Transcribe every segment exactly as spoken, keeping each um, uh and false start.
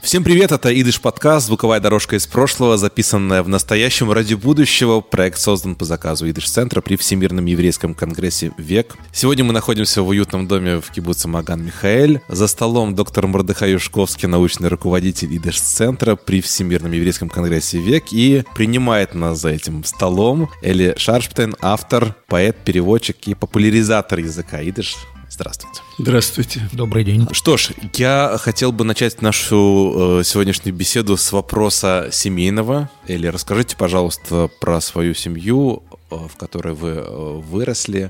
Всем привет, это Идыш подкаст, звуковая дорожка из прошлого, записанная в настоящем ради будущего. Проект создан по заказу Идыш-центра при Всемирном еврейском конгрессе «Век». Сегодня мы находимся в уютном доме в кибуце Маган-Михаэль. За столом доктор Мордехай Юшковский, научный руководитель Идыш-центра при Всемирном еврейском конгрессе «Век». И принимает нас за этим столом Эли Шарпштейн, автор, поэт, переводчик и популяризатор языка идыш. Здравствуйте. Здравствуйте. Добрый день. Что ж, я хотел бы начать нашу э, сегодняшнюю беседу с вопроса семейного. Эли, расскажите, пожалуйста, про свою семью, э, в которой вы э, выросли.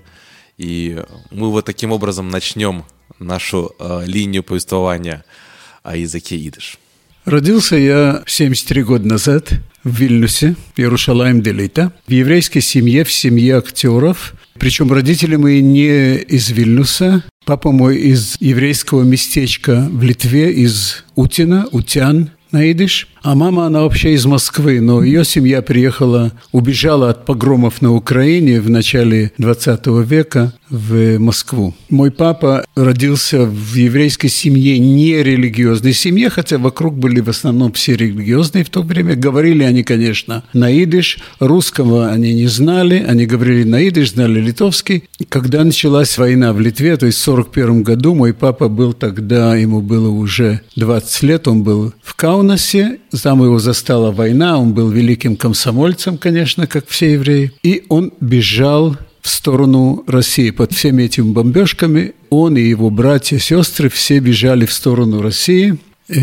И мы вот таким образом начнем нашу э, линию повествования о языке идыш. Родился я семьдесят три года назад в Вильнюсе, Иерушалаим Делита, в еврейской семье, в семье актеров. Причем родители мои не из Вильнюса. Папа мой из еврейского местечка в Литве, из Утина, Утян на идыш. А мама, она вообще из Москвы, но ее семья приехала, убежала от погромов на Украине в начале двадцатого века в Москву. Мой папа родился в еврейской семье, не религиозной семье, хотя вокруг были в основном все религиозные в то время. Говорили они, конечно, на идыш, русского они не знали, они говорили на идыш, знали литовский. Когда началась война в Литве, то есть в сорок первом году, мой папа был тогда, ему было уже двадцать лет, он был в Каунасе. Там его застала война, он был великим комсомольцем, конечно, как все евреи. И он бежал в сторону России. Под всеми этими бомбежками он и его братья, сестры все бежали в сторону России.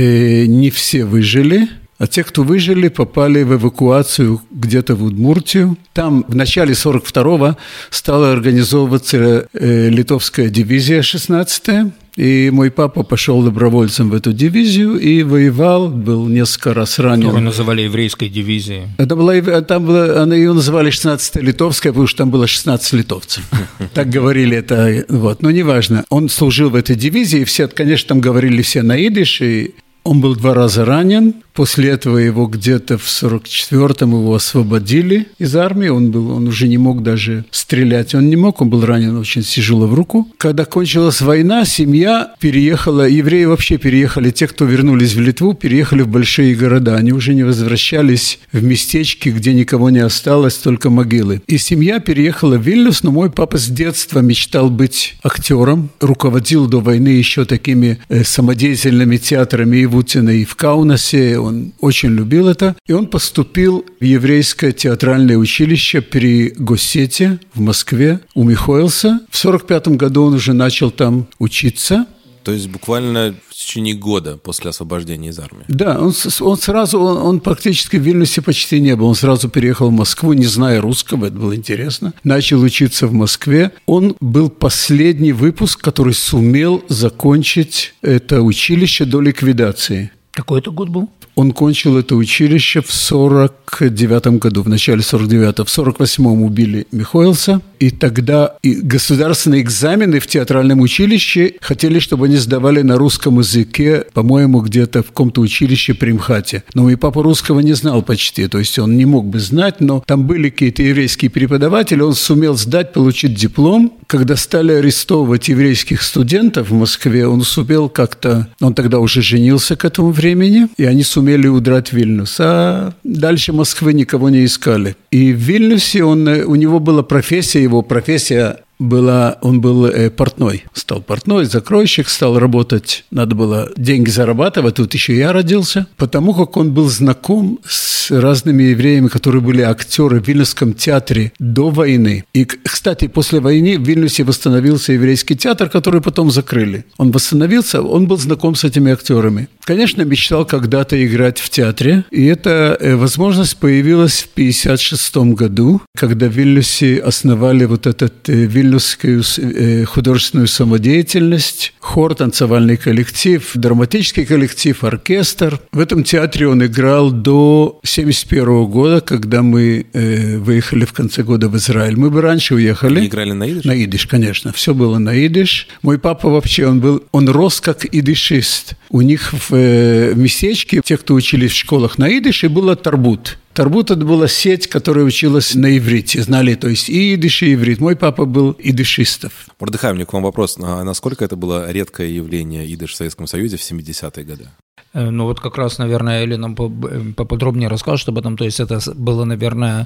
И не все выжили. А те, кто выжили, попали в эвакуацию где-то в Удмуртию. Там в начале сорок второго стала организовываться э, литовская дивизия шестнадцатая. И мой папа пошел добровольцем в эту дивизию и воевал, был несколько раз ранен. Которую называли еврейской дивизией. Это была, там была, она ее называли шестнадцатая литовская, потому что там было шестнадцать литовцев. Так говорили это, вот. Но неважно. Он служил в этой дивизии, и все, конечно, там говорили все на идыш, и он был два раза ранен. После этого его где-то в сорок четвёртом его освободили из армии. Он, был, он уже не мог даже стрелять. Он не мог, он был ранен очень тяжело в руку. Когда кончилась война, семья переехала, евреи вообще переехали, те, кто вернулись в Литву, переехали в большие города. Они уже не возвращались в местечки, где никого не осталось, только могилы. И семья переехала в Вильнюс, но мой папа с детства мечтал быть актером. Руководил до войны еще такими э, самодеятельными театрами и в Утине, и в Каунасе. Он очень любил это. И он поступил в еврейское театральное училище при Госсете в Москве у Михоэлса. В сорок пятом году он уже начал там учиться. То есть буквально в течение года после освобождения из армии? Да, он, он сразу, он, он практически в Вильнюсе почти не был. Он сразу переехал в Москву, не зная русского, это было интересно. Начал учиться в Москве. Он был последний выпуск, который сумел закончить это училище до ликвидации. Какой это год был? Он кончил это училище в сорок девятом году, в начале сорок девятого. В сорок восьмом убили Михоэлса. И тогда и государственные экзамены в театральном училище хотели, чтобы они сдавали на русском языке, по-моему, где-то в каком-то училище при МХАТе. Но мой папа русского не знал почти, то есть он не мог бы знать, но там были какие-то еврейские преподаватели, он сумел сдать, получить диплом. Когда стали арестовывать еврейских студентов в Москве, он сумел как-то, он тогда уже женился к этому времени, и они сумели удрать в Вильнюс. А дальше Москвы никого не искали. И в Вильнюсе он, у него была профессия, его профессия была, он был э, портной. Стал портной, закройщик, стал работать. Надо было деньги зарабатывать. Тут еще я родился. Потому как он был знаком с разными евреями, которые были актеры в Вильнюсском театре до войны. И, кстати, после войны в Вильнюсе восстановился еврейский театр, который потом закрыли. Он восстановился, он был знаком с этими актерами. Конечно, мечтал когда-то играть в театре. И эта э, возможность появилась в пятьдесят шестом году, когда в Вильнюсе основали вот этот э, Вильнюсскую художественную самодеятельность, хор, танцевальный коллектив, драматический коллектив, оркестр. В этом театре он играл до семьдесят первого года, когда мы э, выехали в конце года в Израиль. Мы бы раньше уехали. Вы играли на идыш? На идыш, конечно. Все было на идыш. Мой папа вообще, он был, он рос как идышист. У них в, э, в местечке, те, кто учились в школах на идыше, было тарбут. Тарбут – это была сеть, которая училась на иврите. Знали, то есть и идыш, и иврит. Мой папа был идышистов. Мордехай, у меня к вам вопрос. А насколько это было редкое явление идыш в Советском Союзе в семидесятые годы? Ну вот как раз, наверное, Эля нам поподробнее расскажет об этом. То есть это было, наверное,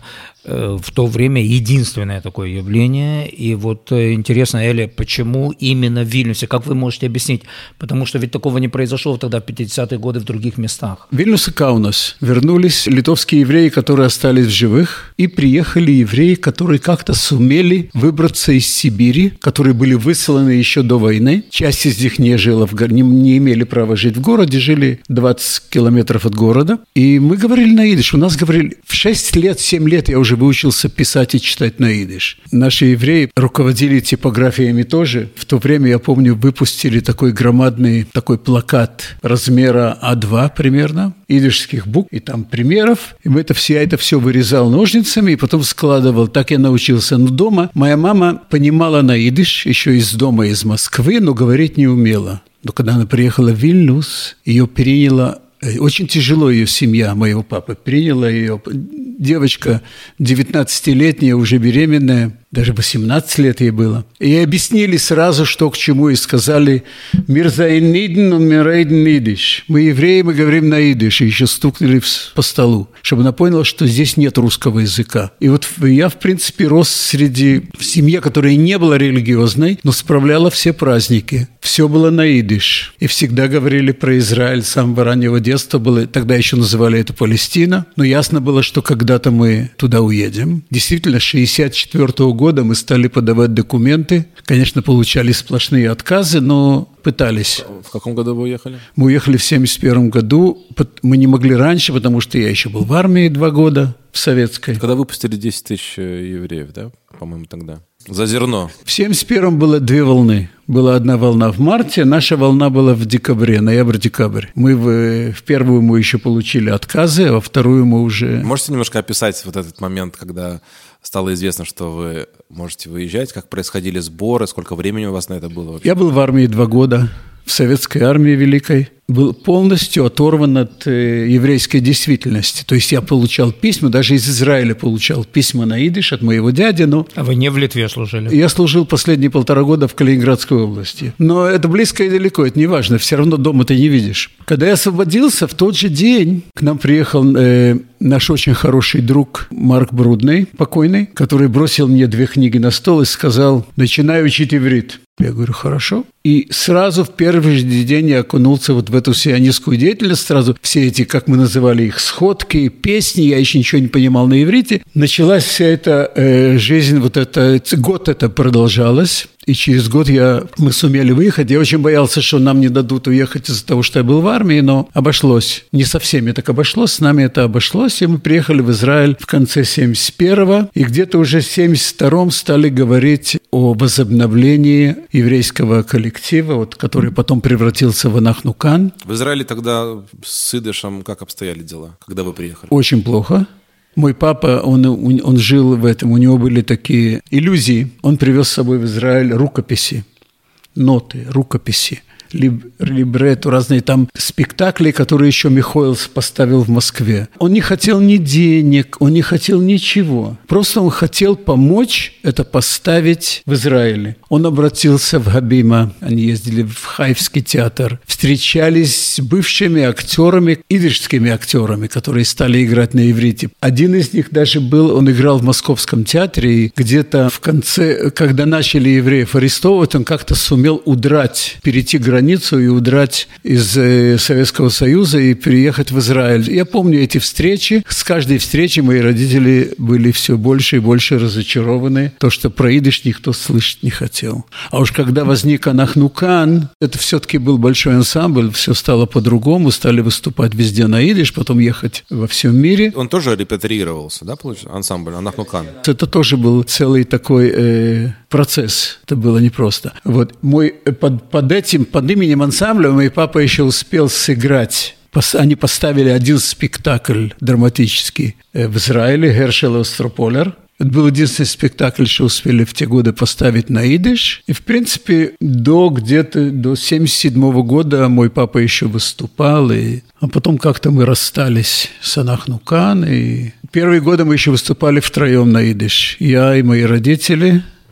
в то время единственное такое явление. И вот интересно, Эля, почему именно в Вильнюсе? Как вы можете объяснить? Потому что ведь такого не произошло тогда в пятидесятые годы в других местах. Вильнюс и Каунас. Вернулись литовские евреи, которые остались в живых, и приехали евреи, которые как-то сумели выбраться из Сибири, которые были высланы еще до войны. Часть из них не жила в городе, не, не имели права жить в городе, жили двадцать километров от города. И мы говорили на идиш. У нас говорили, в шесть лет, семь лет я уже выучился писать и читать на идиш. Наши евреи руководили типографиями тоже. В то время, я помню, выпустили такой громадный такой плакат размера а два примерно, идишских букв, и там примеров. И мы это все, я это все вырезал ножницами и потом складывал. Так я научился. Но дома моя мама понимала на идиш, еще из дома, из Москвы, но говорить не умела. Но когда она приехала в Вильнюс, ее приняла, очень тяжело ее семья моего папы приняла ее. Девочка девятнадцатилетняя, уже беременная, даже восемнадцать лет ей было. И объяснили сразу, что к чему, и сказали: «Мир зайн ниден, он мир рейден нидиш». Мы евреи, мы говорим на идиш, и еще стукнули по столу, чтобы она поняла, что здесь нет русского языка. И вот я, в принципе, рос среди в семье, которая не была религиозной, но справляла все праздники. Все было на идиш. И всегда говорили про Израиль с самого раннего детства. Было, тогда еще называли это Палестина. Но ясно было, что когда-то мы туда уедем. Действительно, с шестьдесят четвёртого года мы стали подавать документы. Конечно, получали сплошные отказы, но пытались. В каком году вы уехали? Мы уехали в семьдесят первом году. Мы не могли раньше, потому что я еще был в армии два года, в советской. Когда выпустили десять тысяч евреев, да, по-моему, тогда? За зерно. В семьдесят первом было две волны. Была одна волна в марте, наша волна была в декабре, ноябрь-декабрь. Мы в, в первую мы еще получили отказы, а во вторую мы уже... Можете немножко описать вот этот момент, когда стало известно, что вы можете выезжать, как происходили сборы, сколько времени у вас на это было вообще? Я был в армии два года, в советской армии великой. Был полностью оторван от э, еврейской действительности. То есть я получал письма, даже из Израиля получал письма на идиш от моего дяди. Но... А вы не в Литве служили? Я служил последние полтора года в Калининградской области. Но это близко и далеко, это не важно, все равно дома ты не видишь. Когда я освободился, в тот же день к нам приехал э, наш очень хороший друг Марк Брудный, покойный, который бросил мне две книги на стол и сказал: «Начинай учить иврит». Я говорю: «Хорошо». И сразу в первый же день я окунулся вот в эту сионистскую деятельность. Сразу все эти, как мы называли их, сходки, песни, я еще ничего не понимал на иврите. Началась вся эта э, жизнь, вот это, год это продолжалось. И через год я, мы сумели выехать. Я очень боялся, что нам не дадут уехать из-за того, что я был в армии, но обошлось. Не со всеми так обошлось, с нами это обошлось. И мы приехали в Израиль в конце семьдесят первого. И где-то уже в семьдесят втором стали говорить о возобновлении еврейского коллектива, вот, который потом превратился в Анахнукан. В Израиле тогда с идишем как обстояли дела, когда вы приехали? Очень плохо. Мой папа, он, он жил в этом, у него были такие иллюзии. Он привез с собой в Израиль рукописи, ноты, рукописи, либ, либретто, разные там спектакли, которые еще Михоэлс поставил в Москве. Он не хотел ни денег, он не хотел ничего. Просто он хотел помочь это поставить в Израиле. Он обратился в Габима, они ездили в Хайфский театр, встречались с бывшими актерами, идишскими актерами, которые стали играть на иврите. Один из них даже был, он играл в Московском театре, и где-то в конце, когда начали евреев арестовывать, он как-то сумел удрать, перейти границу и удрать из э, Советского Союза и переехать в Израиль. Я помню эти встречи. С каждой встречи мои родители были все больше и больше разочарованы. То, что про идиш никто слышать не хотел. А уж когда возник Анахнукан, это все-таки был большой ансамбль, все стало по-другому, стали выступать везде на идиш, потом ехать во всем мире. Он тоже репатриировался, да, получается, ансамбль Анахнукан? Это тоже был целый такой э, процесс. Это было непросто. Вот мой под, под этим, под именем ансамбля мой папа еще успел сыграть. Они поставили один спектакль драматический в Израиле, Гершел Острополер. Это был единственный спектакль, что успели в те годы поставить на идиш. И, в принципе, до где-то до семьдесят седьмого года мой папа еще выступал. И... А потом как-то мы расстались с Анахнукан. И первые годы мы еще выступали втроем на идиш. Я и мои родители.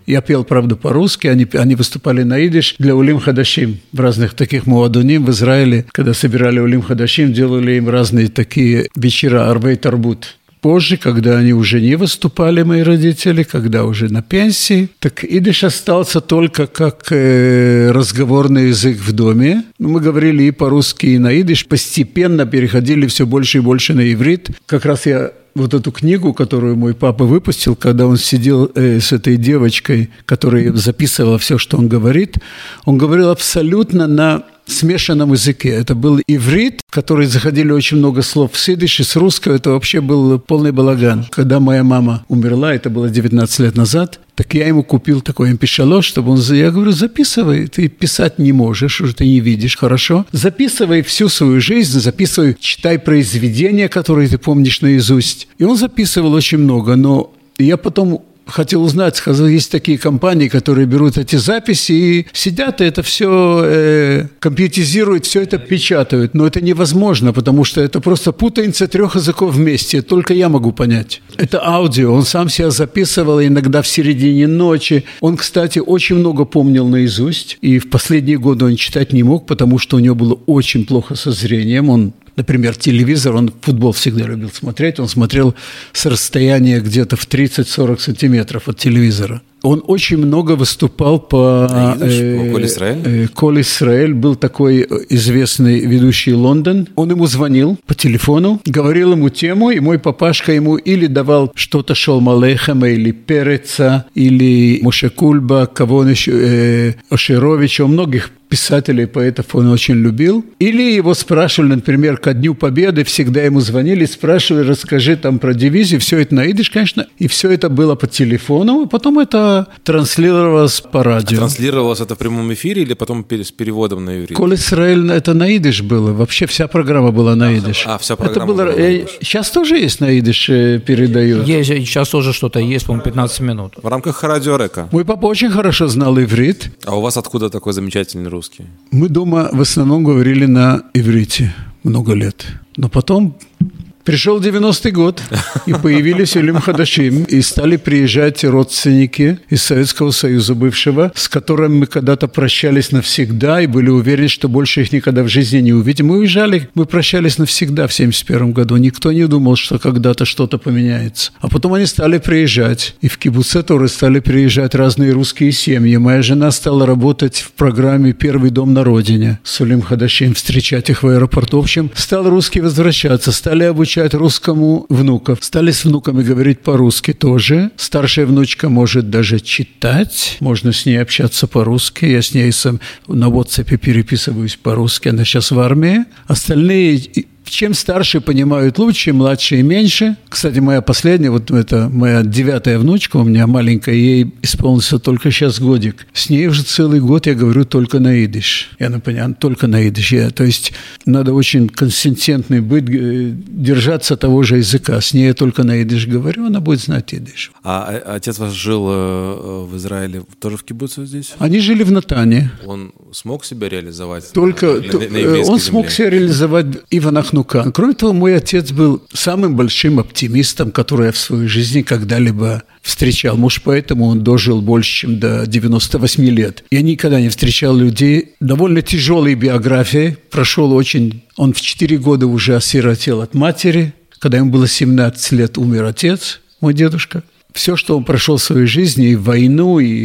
Я пел, правда, по-русски, они, они выступали на идиш для Улим Хадашим в разных таких муадуним в Израиле. Когда собирали Улим Хадашим, делали им разные такие вечера, арвей тарбут. Позже, когда они уже не выступали, мои родители, когда уже на пенсии, так идиш остался только как э, разговорный язык в доме. Мы говорили и по-русски, и на идиш, постепенно переходили все больше и больше на иврит. Как раз я вот эту книгу, которую мой папа выпустил, когда он сидел э, с этой девочкой, которая записывала все, что он говорит, он говорил абсолютно на смешанном языке. Это был иврит, в который заходили очень много слов с идиш, и с русского. Это вообще был полный балаган. Когда моя мама умерла, это было девятнадцать лет назад, так я ему купил такой эм пи три, чтобы он... Я говорю, записывай, ты писать не можешь, уже ты не видишь, хорошо? Записывай всю свою жизнь, записывай, читай произведения, которые ты помнишь наизусть. И он записывал очень много, но я потом... хотел узнать, сказал, есть такие компании, которые берут эти записи и сидят, и это все э, компьютеризируют, все это печатают. Но это невозможно, потому что это просто путаница трех языков вместе. Только я могу понять. Это аудио. Он сам себя записывал иногда в середине ночи. Он, кстати, очень много помнил наизусть. И в последние годы он читать не мог, потому что у него было очень плохо со зрением. Он Например, телевизор, он футбол всегда любил смотреть, он смотрел с расстояния где-то в тридцать-сорок сантиметров от телевизора. Он очень много выступал по... Э, Коль Исраэль? Э, Коль Исраэль был такой известный ведущий Лондон. Он ему звонил по телефону, говорил ему тему, и мой папашка ему или давал что-то Шолом Алейхема, или Переца, или Моше Кульба, кого он еще... Э, Ошеровича, у многих писателей, поэтов он очень любил. Или его спрашивали, например, ко Дню Победы, всегда ему звонили, спрашивали, расскажи там про дивизию, все это на идиш, конечно, и все это было по телефону, а потом это транслировалось по радио. А транслировалось это в прямом эфире или потом с переводом на иврит? Коль Исраэль, это на идиш было, вообще вся программа была на идиш. А, вся программа это было, была на идиш. Сейчас тоже есть на идиш передают? Есть, сейчас тоже что-то есть, по-моему, пятнадцать минут. В рамках радио Река. Мой папа очень хорошо знал иврит. А у вас откуда такой замечательный русский? Мы дома в основном говорили на иврите много лет. Но потом пришел девяностый год, и появились Улим Хадашим, и стали приезжать родственники из Советского Союза бывшего, с которыми мы когда-то прощались навсегда, и были уверены, что больше их никогда в жизни не увидим. Мы уезжали, мы прощались навсегда в семьдесят первом году. Никто не думал, что когда-то что-то поменяется. А потом они стали приезжать, и в кибуце тоже стали приезжать разные русские семьи. Моя жена стала работать в программе «Первый дом на родине» с Улим Хадашим, встречать их в аэропорту. В общем, стал русский возвращаться, стали обучать русскому внуков. Стали с внуками говорить по-русски тоже. Старшая внучка может даже читать. Можно с ней общаться по-русски. Я с ней сам на WhatsApp переписываюсь по-русски. Она сейчас в армии. Остальные... Чем старше понимают лучше, младшие меньше. Кстати, моя последняя, вот это моя девятая внучка у меня маленькая, ей исполнился только сейчас годик. С ней уже целый год я говорю только на идиш. Я напоминаю, только на идиш. Я, то есть надо очень консистентный быть, держаться того же языка. С ней я только на идиш говорю, она будет знать идиш. А отец ваш жил в Израиле тоже в кибуце здесь? Они жили в Натане. Он смог себя реализовать? Только на, на, на он смог себя реализовать и в Анахнука. Кроме того, мой отец был самым большим оптимистом, который я в своей жизни когда-либо встречал. Может, поэтому он дожил больше, чем до девяноста восьми лет. Я никогда не встречал людей довольно тяжелой биографии. Прошел очень... Он в четыре года уже осиротел от матери. Когда ему было семнадцать лет, умер отец, мой дедушка. Все, что он прошел в своей жизни, и войну, и...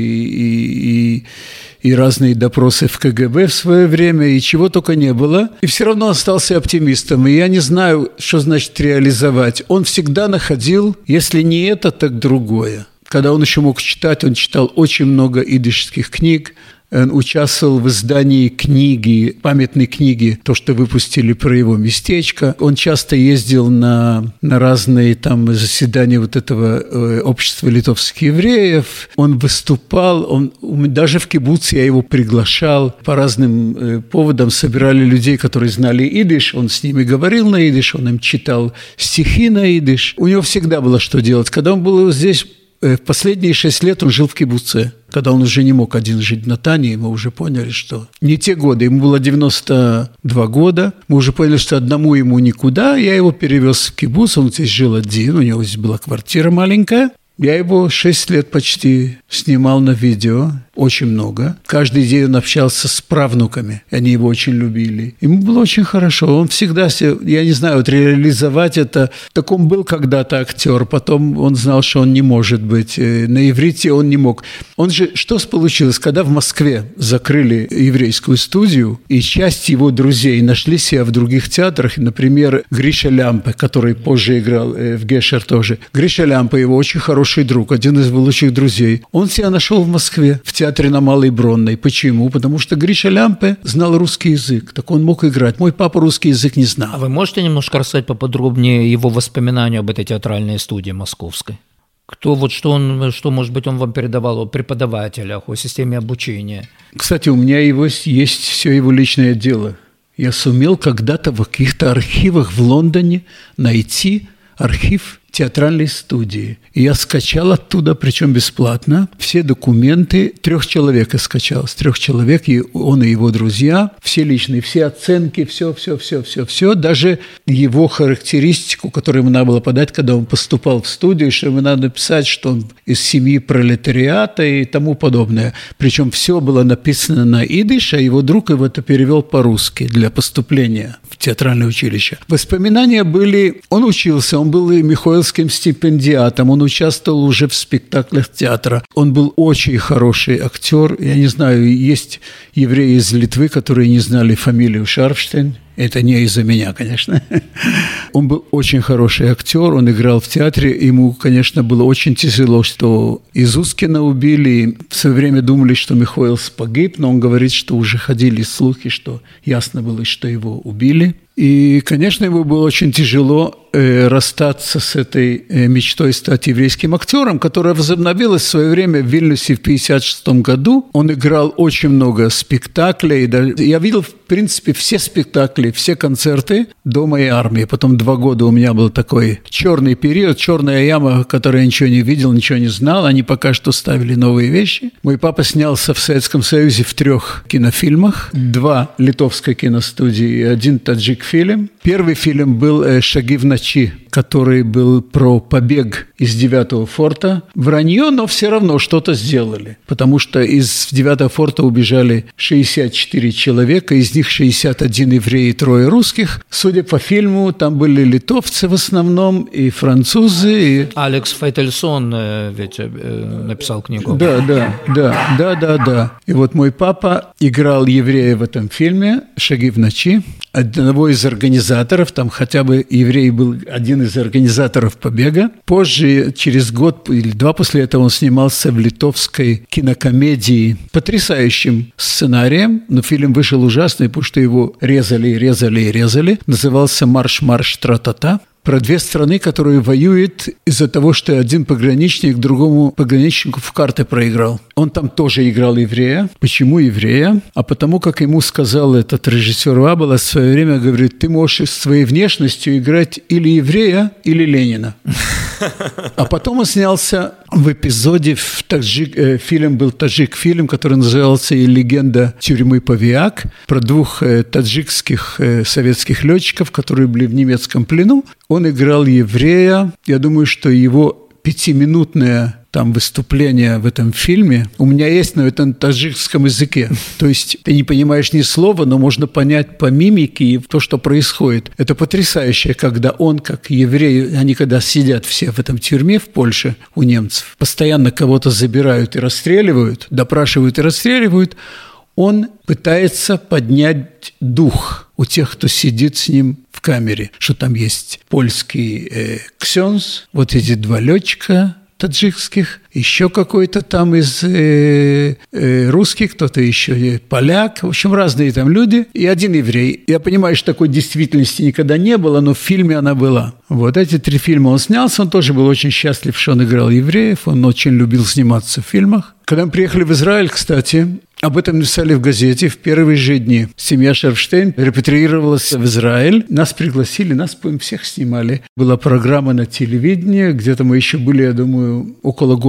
и, и и разные допросы в ка гэ бэ в свое время, и чего только не было. И все равно остался оптимистом. И я не знаю, что значит реализовать. Он всегда находил, если не это, так другое. Когда он еще мог читать, он читал очень много идишских книг. Он участвовал в издании книги, памятной книги, то, что выпустили про его местечко. Он часто ездил на, на разные там заседания вот этого э, общества литовских евреев. Он выступал, он, даже в кибуце я его приглашал. По разным э, поводам собирали людей, которые знали идиш. Он с ними говорил на идиш, он им читал стихи на идиш. У него всегда было что делать. Когда он был здесь, э, в последние шесть лет он жил в кибуце. Когда он уже не мог один жить в Натане, мы уже поняли, что не те годы. Ему было девяносто два года. Мы уже поняли, что одному ему никуда. Я его перевез в кибуц, он здесь жил один, у него здесь была квартира маленькая. Я его шесть лет почти снимал на видео, очень много. Каждый день он общался с правнуками, они его очень любили. Ему было очень хорошо, он всегда, я не знаю, вот реализовать это, так он был когда-то актер, потом он знал, что он не может быть, на иврите он не мог. Он же, что получилось, когда в Москве закрыли еврейскую студию, и часть его друзей нашли себя в других театрах, например, Гриша Лямпе, который позже играл в Гешер тоже. Гриша Лямпе, его очень хороший друг, один из его лучших друзей. Он себя нашел в Москве, в театре на Малой Бронной. Почему? Потому что Гриша Лямпе знал русский язык, так он мог играть. Мой папа русский язык не знал. А вы можете немножко рассказать поподробнее его воспоминания об этой театральной студии московской? Кто, вот что он, что, может быть, он вам передавал о преподавателях, о системе обучения? Кстати, у меня его, есть все его личное дело. Я сумел когда-то в каких-то архивах в Лондоне найти архив театральной студии. И я скачал оттуда, причем бесплатно, все документы. Трех человек я скачал. С трех человек, и он и его друзья. Все личные, все оценки, все, все, все, все, все. Даже его характеристику, которую ему надо было подать, когда он поступал в студию, что ему надо написать, что он из семьи пролетариата и тому подобное. Причем все было написано на идиш, а его друг его это перевел по-русски для поступления в театральное училище. Воспоминания были... Он учился, он был и Михаил стипендиатом, он участвовал уже в спектаклях театра. Он был очень хороший актер. Я не знаю, есть евреи из Литвы, которые не знали фамилию Шарфштейн. Это не из-за меня, конечно. Он был очень хороший актер, он играл в театре. Ему, конечно, было очень тяжело, что Изускина убили. В свое время думали, что Михоэлс погиб, но он говорит, что уже ходили слухи, что ясно было, что его убили. И, конечно, ему было очень тяжело э, расстаться с этой э, мечтой стать еврейским актером, которая возобновилась в свое время в Вильнюсе в пятьдесят шестом году. Он играл очень много спектаклей. Я видел, в принципе, все спектакли, все концерты до моей армии. Потом два года у меня был такой черный период, черная яма, в которой я ничего не видел, ничего не знал. Они пока что ставили новые вещи. Мой папа снялся в Советском Союзе в трех кинофильмах. Два литовской киностудии и один таджик фильм. Первый фильм был «Шаги в ночи», который был про побег из девятого форта. Вранье, но все равно что-то сделали. Потому что из девятого форта убежали шестьдесят четыре человека, из них шестьдесят один еврей и трое русских. Судя по фильму, там были литовцы в основном, и французы. И... Алекс Фейтельсон ведь написал книгу. Да, да, да, да, да, да. И вот мой папа играл еврея в этом фильме «Шаги в ночи». Одного из организаторов, там хотя бы еврей был один из организаторов побега. Позже, через год или два после этого, он снимался в литовской кинокомедии потрясающим сценарием, но фильм вышел ужасный, потому что его резали, резали и резали. Назывался «Марш-марш тра-та-та». Про две страны, которые воюют из-за того, что один пограничник другому пограничнику в карты проиграл. Он там тоже играл еврея. Почему еврея? А потому, как ему сказал этот режиссер Вабела в свое время, говорит, ты можешь с своей внешностью играть или еврея, или Ленина. А потом он снялся в эпизоде, в таджик, э, фильм был таджик-фильм, который назывался «И легенда тюрьмы Павиак», про двух э, таджикских э, советских летчиков, которые были в немецком плену. Он играл еврея. Я думаю, что его пятиминутное там выступление в этом фильме у меня есть, но это на таджикском языке. То есть ты не понимаешь ни слова, но можно понять по мимике и то, что происходит. Это потрясающе, когда он, как еврей, они когда сидят все в этом тюрьме в Польше у немцев, постоянно кого-то забирают и расстреливают, допрашивают и расстреливают, он пытается поднять дух у тех, кто сидит с ним в камере, что там есть польский э, ксенз, вот эти два летчика таджикских, еще какой-то там из э, э, русских, кто-то еще э, поляк, в общем, разные там люди, и один еврей. Я понимаю, что такой действительности никогда не было, но в фильме она была. Вот эти три фильма он снялся, он тоже был очень счастлив, что он играл евреев, он очень любил сниматься в фильмах. Когда мы приехали в Израиль, кстати, об этом написали в газете в первые же дни. Семья Шарфштейн репатриировалась в Израиль. Нас пригласили, нас, по-моему, всех снимали. Была программа на телевидении, где-то мы еще были, я думаю, около года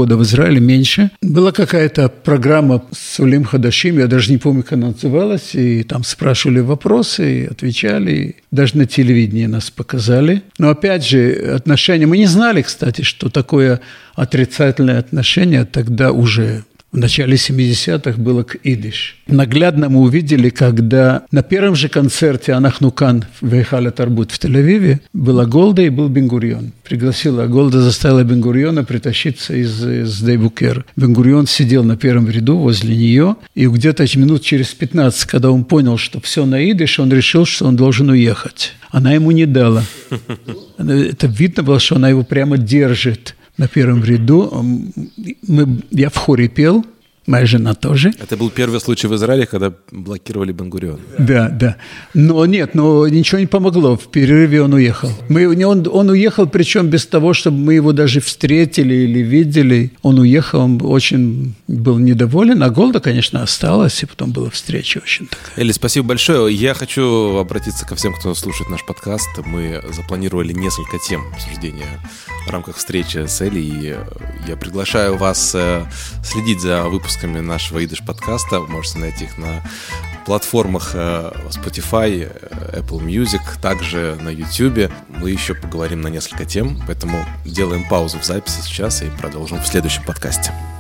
года в Израиле, меньше. Была какая-то программа с Улим Хадашим, я даже не помню, как она называлась, и там спрашивали вопросы, отвечали, даже на телевидении нас показали. Но опять же, отношения, мы не знали, кстати, что такое отрицательное отношение тогда уже в начале семидесятых было к идиш. Наглядно мы увидели, когда на первом же концерте «Анахну кан» в Эйхале Тарбут в Тель-Авиве была Голда и был Бен-Гурион. Пригласила, Голда заставила Бен-Гуриона притащиться из, из Дейбукер. Бен-Гурион сидел на первом ряду возле нее, и где-то минут через пятнадцать, когда он понял, что все на идиш, он решил, что он должен уехать. Она ему не дала. Это видно было, что она его прямо держит на первом ряду. Мы, я в хоре пел, моя жена тоже. Это был первый случай в Израиле, когда блокировали Бен-Гурион. Да, да. Но нет, но ничего не помогло. В перерыве он уехал. Мы, он, он уехал, причем без того, чтобы мы его даже встретили или видели. Он уехал, он очень был недоволен. А Голда, конечно, осталась, и потом была встреча очень такая. Эли, спасибо большое. Я хочу обратиться ко всем, кто слушает наш подкаст. Мы запланировали несколько тем обсуждения в рамках встречи с Эли. И я приглашаю вас следить за выпусками нашего идиш-подкаста. Вы можете найти их на платформах Spotify, Apple Music, также на YouTube. Мы еще поговорим на несколько тем, поэтому делаем паузу в записи сейчас и продолжим в следующем подкасте.